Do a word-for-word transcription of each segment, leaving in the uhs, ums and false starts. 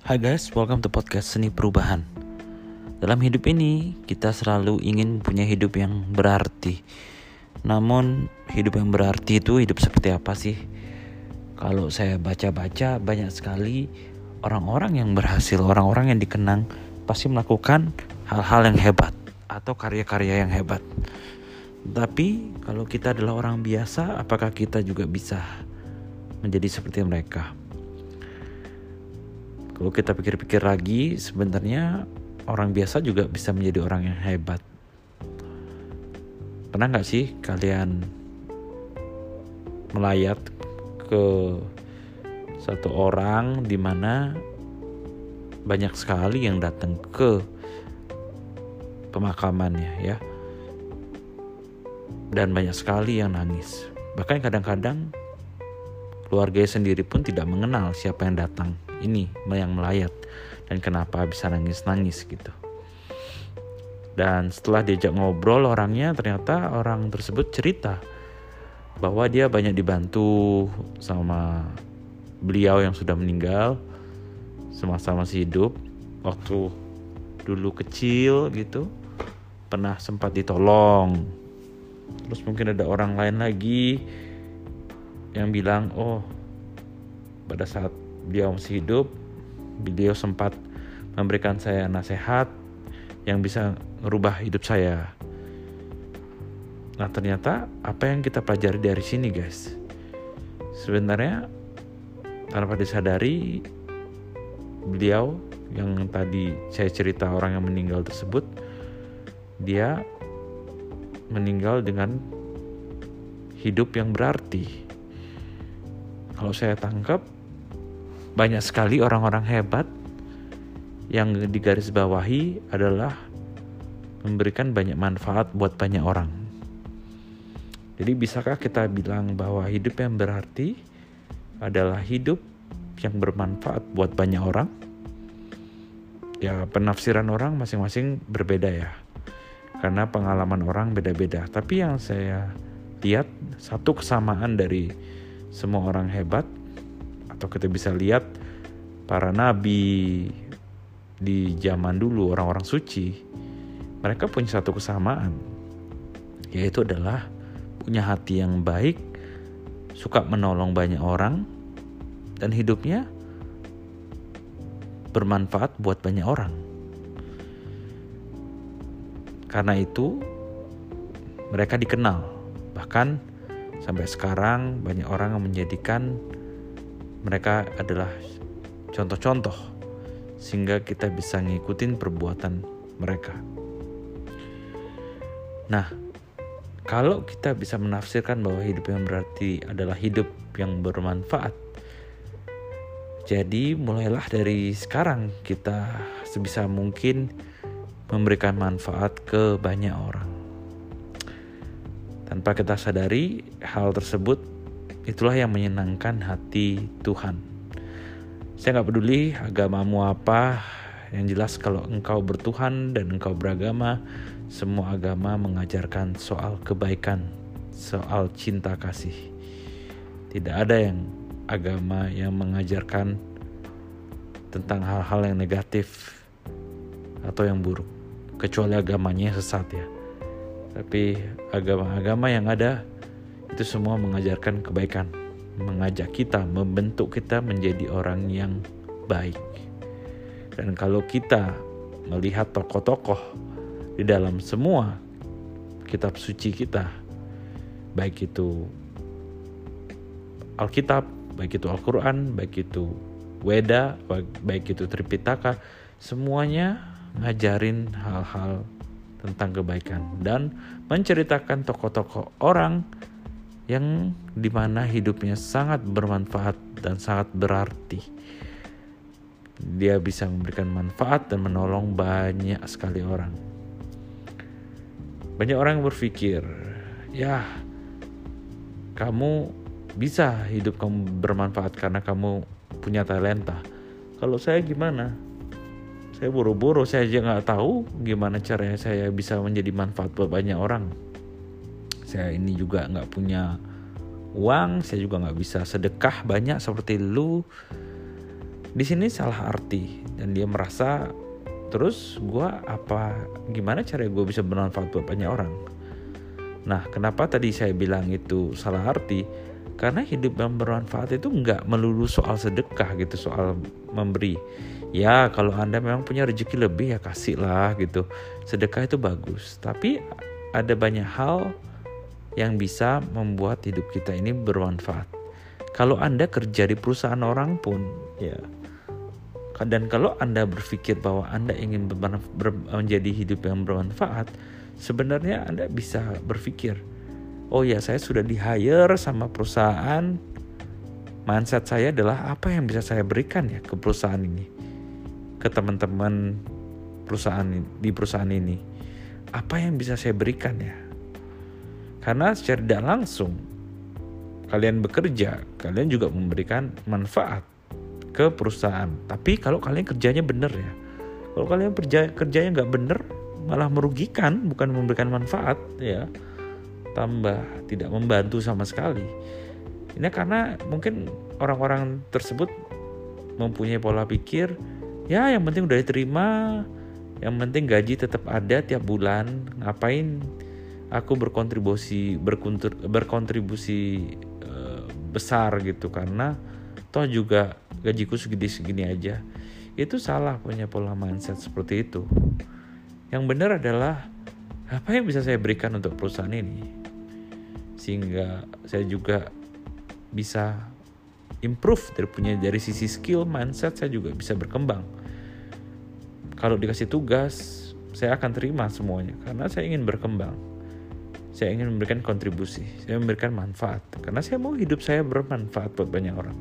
Hai guys, welcome to podcast Seni Perubahan. Dalam hidup ini, kita selalu ingin punya hidup yang berarti. Namun, hidup yang berarti itu hidup seperti apa sih? Kalau saya baca-baca, banyak sekali orang-orang yang berhasil, orang-orang yang dikenang pasti melakukan hal-hal yang hebat atau karya-karya yang hebat. Tapi, kalau kita adalah orang biasa, apakah kita juga bisa menjadi seperti mereka? Kalau kita pikir-pikir lagi, sebenarnya orang biasa juga bisa menjadi orang yang hebat. Pernah gak sih kalian melayat ke satu orang di mana banyak sekali yang datang ke pemakamannya ya, dan banyak sekali yang nangis. Bahkan kadang-kadang keluarganya sendiri pun tidak mengenal siapa yang datang ini yang melayat dan kenapa bisa nangis-nangis gitu. Dan setelah diajak ngobrol orangnya, ternyata orang tersebut cerita bahwa dia banyak dibantu sama beliau yang sudah meninggal semasa masih hidup. Waktu dulu kecil gitu pernah sempat ditolong. Terus mungkin ada orang lain lagi yang bilang, oh pada saat beliau masih hidup, beliau sempat memberikan saya nasihat yang bisa merubah hidup saya. Nah ternyata apa yang kita pelajari dari sini guys, sebenarnya tanpa disadari beliau yang tadi saya cerita orang yang meninggal tersebut, dia meninggal dengan hidup yang berarti. Kalau saya tangkap, banyak sekali orang-orang hebat yang digarisbawahi adalah memberikan banyak manfaat buat banyak orang. Jadi bisakah kita bilang bahwa hidup yang berarti adalah hidup yang bermanfaat buat banyak orang? Ya penafsiran orang masing-masing berbeda ya, karena pengalaman orang beda-beda. Tapi yang saya lihat satu kesamaan dari semua orang hebat, atau kita bisa lihat para nabi di zaman dulu, orang-orang suci, mereka punya satu kesamaan, yaitu adalah punya hati yang baik, suka menolong banyak orang, dan hidupnya bermanfaat buat banyak orang. Karena itu mereka dikenal, bahkan sampai sekarang banyak orang yang menjadikan mereka adalah contoh-contoh sehingga kita bisa ngikutin perbuatan mereka. Nah, kalau kita bisa menafsirkan bahwa hidup yang berarti adalah hidup yang bermanfaat, jadi mulailah dari sekarang kita sebisa mungkin memberikan manfaat ke banyak orang. Tanpa kita sadari, hal tersebut itulah yang menyenangkan hati Tuhan. Saya gak peduli agamamu apa, yang jelas kalau engkau bertuhan dan engkau beragama, semua agama mengajarkan soal kebaikan, soal cinta kasih. Tidak ada yang agama yang mengajarkan tentang hal-hal yang negatif atau yang buruk, kecuali agamanya sesat ya. Tapi agama-agama yang ada itu semua mengajarkan kebaikan, mengajak kita, membentuk kita menjadi orang yang baik. Dan kalau kita melihat tokoh-tokoh di dalam semua kitab suci kita, baik itu Alkitab, baik itu Al-Quran, baik itu Weda, baik itu Tripitaka, semuanya ngajarin hal-hal tentang kebaikan dan menceritakan tokoh-tokoh orang yang dimana hidupnya sangat bermanfaat dan sangat berarti. Dia bisa memberikan manfaat dan menolong banyak sekali orang. Banyak orang yang berpikir, ya kamu bisa hidup kamu bermanfaat karena kamu punya talenta. Kalau saya gimana? Saya buru-buru, saya aja gak tahu gimana caranya saya bisa menjadi manfaat buat banyak orang. Saya ini juga gak punya uang, saya juga gak bisa sedekah banyak seperti lu. Di sini salah arti dan dia merasa terus gue apa gimana cara gue bisa bermanfaat buat banyak orang. Nah, kenapa tadi saya bilang itu salah arti? Karena hidup yang bermanfaat itu nggak melulu soal sedekah gitu, soal memberi. Ya kalau Anda memang punya rezeki lebih ya kasih lah gitu. Sedekah itu bagus. Tapi ada banyak hal yang bisa membuat hidup kita ini bermanfaat. Kalau Anda kerja di perusahaan orang pun ya. Dan kalau Anda berpikir bahwa Anda ingin bermanfa- ber- menjadi hidup yang bermanfaat, sebenarnya Anda bisa berpikir, oh ya saya sudah di-hire sama perusahaan, mindset saya adalah apa yang bisa saya berikan ya ke perusahaan ini, ke teman-teman perusahaan di perusahaan ini, apa yang bisa saya berikan ya. Karena secara tidak langsung kalian bekerja, kalian juga memberikan manfaat ke perusahaan. Tapi kalau kalian kerjanya benar ya, kalau kalian kerja kerjanya nggak benar, malah merugikan, bukan memberikan manfaat ya, tambah tidak membantu sama sekali. Ini karena mungkin orang-orang tersebut mempunyai pola pikir, ya yang penting udah diterima, yang penting gaji tetap ada tiap bulan, ngapain aku berkontribusi berkontur, berkontribusi uh, besar gitu, karena toh juga gajiku segini-segini aja. Itu salah punya pola mindset seperti itu. Yang benar adalah apa yang bisa saya berikan untuk perusahaan ini, sehingga saya juga bisa improve dari punya dari sisi skill, mindset saya juga bisa berkembang. Kalau dikasih tugas, saya akan terima semuanya karena saya ingin berkembang. Saya ingin memberikan kontribusi, saya memberikan manfaat karena saya mau hidup saya bermanfaat buat banyak orang.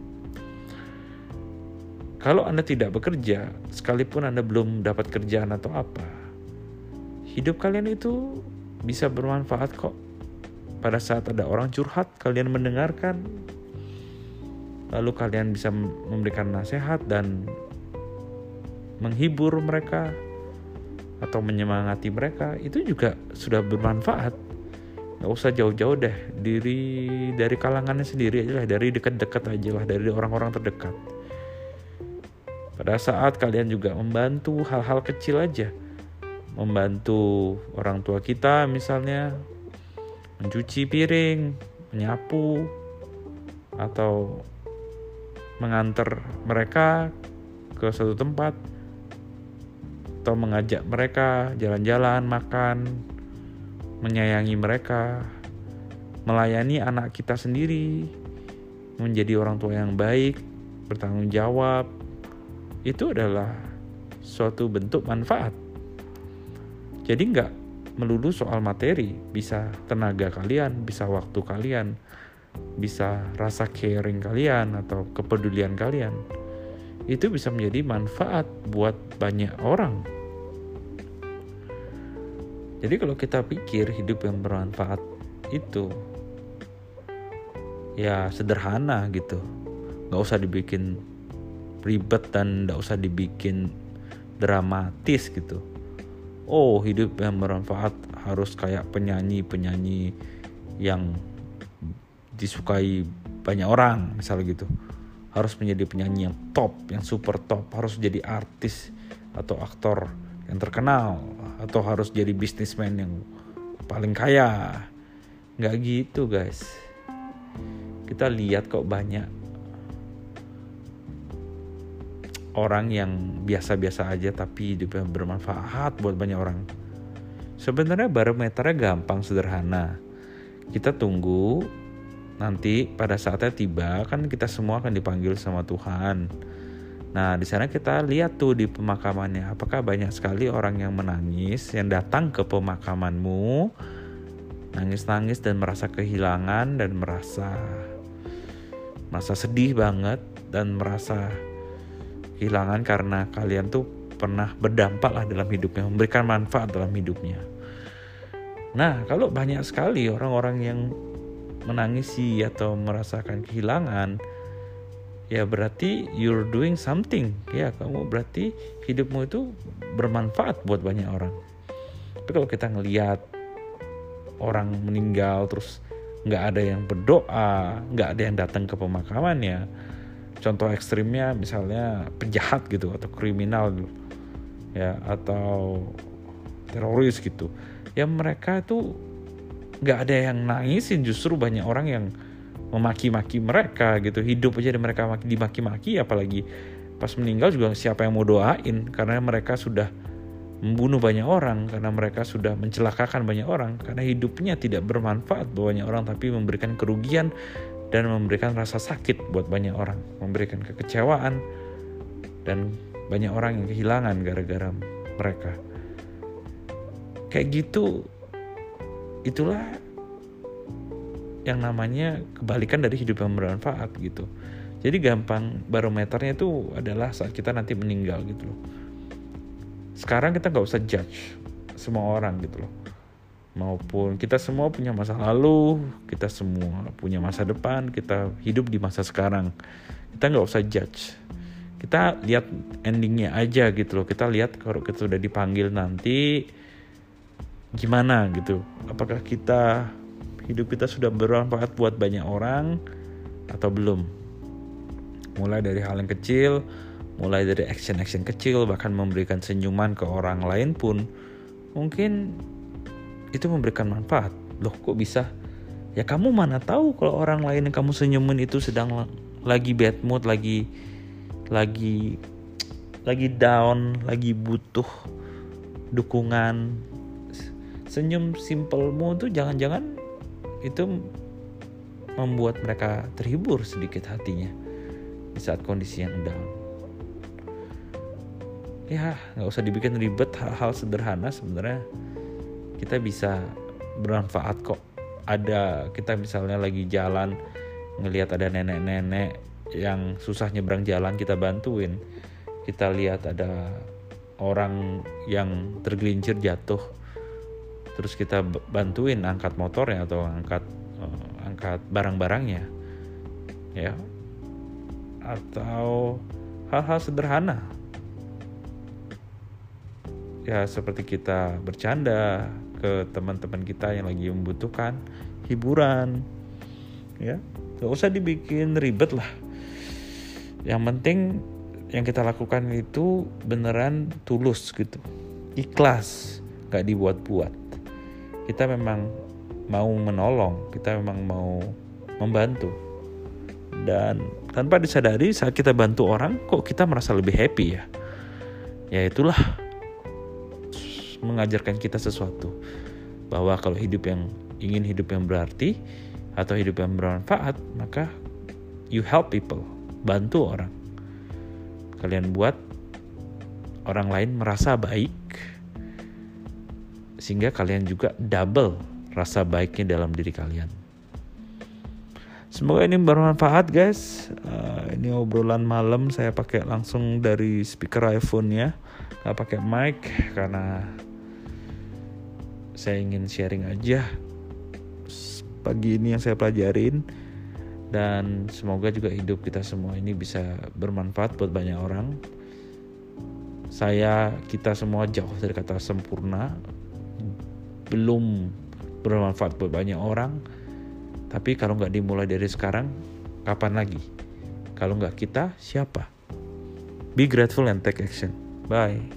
Kalau Anda tidak bekerja, sekalipun Anda belum dapat kerjaan atau apa, hidup kalian itu bisa bermanfaat kok. Pada saat ada orang curhat, kalian mendengarkan, lalu kalian bisa memberikan nasihat dan menghibur mereka atau menyemangati mereka, itu juga sudah bermanfaat. Gak usah jauh-jauh deh, diri dari kalangannya sendiri aja lah, dari dekat-dekat aja lah, dari orang-orang terdekat. Pada saat kalian juga membantu hal-hal kecil aja, membantu orang tua kita misalnya, mencuci piring, menyapu, atau mengantar mereka ke suatu tempat, atau mengajak mereka jalan-jalan, makan, menyayangi mereka, melayani anak kita sendiri, menjadi orang tua yang baik, bertanggung jawab, itu adalah suatu bentuk manfaat. Jadi nggak melulu soal materi, bisa tenaga kalian, bisa waktu kalian, bisa rasa caring kalian atau kepedulian kalian. Itu bisa menjadi manfaat buat banyak orang. Jadi kalau kita pikir hidup yang bermanfaat itu ya sederhana gitu, nggak usah dibikin ribet dan nggak usah dibikin dramatis gitu. Oh, hidup yang bermanfaat harus kayak penyanyi-penyanyi yang disukai banyak orang misalnya gitu. Harus menjadi penyanyi yang top, yang super top, harus jadi artis atau aktor yang terkenal, atau harus jadi bisnismen yang paling kaya. Nggak gitu guys. Kita lihat kok banyak orang yang biasa-biasa aja tapi hidupnya bermanfaat buat banyak orang. Sebenarnya barometernya gampang, sederhana. Kita tunggu nanti pada saatnya tiba, kan kita semua akan dipanggil sama Tuhan. Nah, di sana kita lihat tuh di pemakamannya, apakah banyak sekali orang yang menangis, yang datang ke pemakamanmu, nangis-nangis dan merasa kehilangan dan merasa merasa sedih banget dan merasa kehilangan karena kalian tuh pernah berdampak lah dalam hidupnya, memberikan manfaat dalam hidupnya. Nah, kalau banyak sekali orang-orang yang menangisi atau merasakan kehilangan, ya berarti you're doing something. Ya, kamu berarti hidupmu itu bermanfaat buat banyak orang. Tapi kalau kita ngelihat orang meninggal terus nggak ada yang berdoa, nggak ada yang datang ke pemakamannya, contoh ekstrimnya misalnya penjahat gitu atau kriminal ya, atau teroris gitu ya, mereka tuh nggak ada yang nangisin, justru banyak orang yang memaki-maki mereka gitu. Hidup aja mereka dimaki-maki, apalagi pas meninggal juga siapa yang mau doain, karena mereka sudah membunuh banyak orang, karena mereka sudah mencelakakan banyak orang, karena hidupnya tidak bermanfaat buat banyak orang, tapi memberikan kerugian dan memberikan rasa sakit buat banyak orang, memberikan kekecewaan, dan banyak orang yang kehilangan gara-gara mereka. Kayak gitu, itulah yang namanya kebalikan dari hidup yang bermanfaat gitu. Jadi gampang barometernya itu adalah saat kita nanti meninggal gitu loh. Sekarang kita gak usah judge semua orang gitu loh. Maupun kita semua punya masa lalu, kita semua punya masa depan, kita hidup di masa sekarang. Kita gak usah judge. Kita lihat endingnya aja gitu loh. Kita lihat kalau kita sudah dipanggil nanti gimana gitu. Apakah kita, hidup kita sudah bermanfaat buat banyak orang atau belum. Mulai dari hal yang kecil, mulai dari action-action kecil, bahkan memberikan senyuman ke orang lain pun mungkin itu memberikan manfaat. Loh kok bisa? Ya kamu mana tahu kalau orang lain yang kamu senyumin itu sedang lagi bad mood, lagi lagi lagi down, lagi butuh dukungan. Senyum simpelmu tuh jangan-jangan itu membuat mereka terhibur sedikit hatinya di saat kondisi yang down. Ya gak usah dibikin ribet, hal-hal sederhana sebenarnya kita bisa bermanfaat kok. Ada, kita misalnya lagi jalan ngelihat ada nenek-nenek yang susah nyebrang jalan, kita bantuin. Kita lihat ada orang yang tergelincir jatuh, terus kita bantuin angkat motornya atau angkat uh, angkat barang-barangnya ya. Atau hal-hal sederhana ya, seperti kita bercanda ke teman-teman kita yang lagi membutuhkan hiburan ya. Gak usah dibikin ribet lah. Yang penting yang kita lakukan itu beneran tulus gitu, ikhlas, gak dibuat-buat. Kita memang mau menolong, kita memang mau membantu. Dan tanpa disadari saat kita bantu orang, kok kita merasa lebih happy ya. Ya itulah mengajarkan kita sesuatu, bahwa kalau hidup yang ingin hidup yang berarti atau hidup yang bermanfaat, maka you help people, bantu orang. Kalian buat orang lain merasa baik, sehingga kalian juga double rasa baiknya dalam diri kalian. Semoga ini bermanfaat guys. Uh, ini obrolan malam saya pakai langsung dari speaker iPhone ya, nggak pakai mic karena saya ingin sharing aja pagi ini yang saya pelajarin. Dan semoga juga hidup kita semua ini bisa bermanfaat buat banyak orang. Saya, kita semua jauh dari kata sempurna, belum bermanfaat buat banyak orang. Tapi kalau gak dimulai dari sekarang, kapan lagi? Kalau gak kita, siapa? Be grateful and take action. Bye.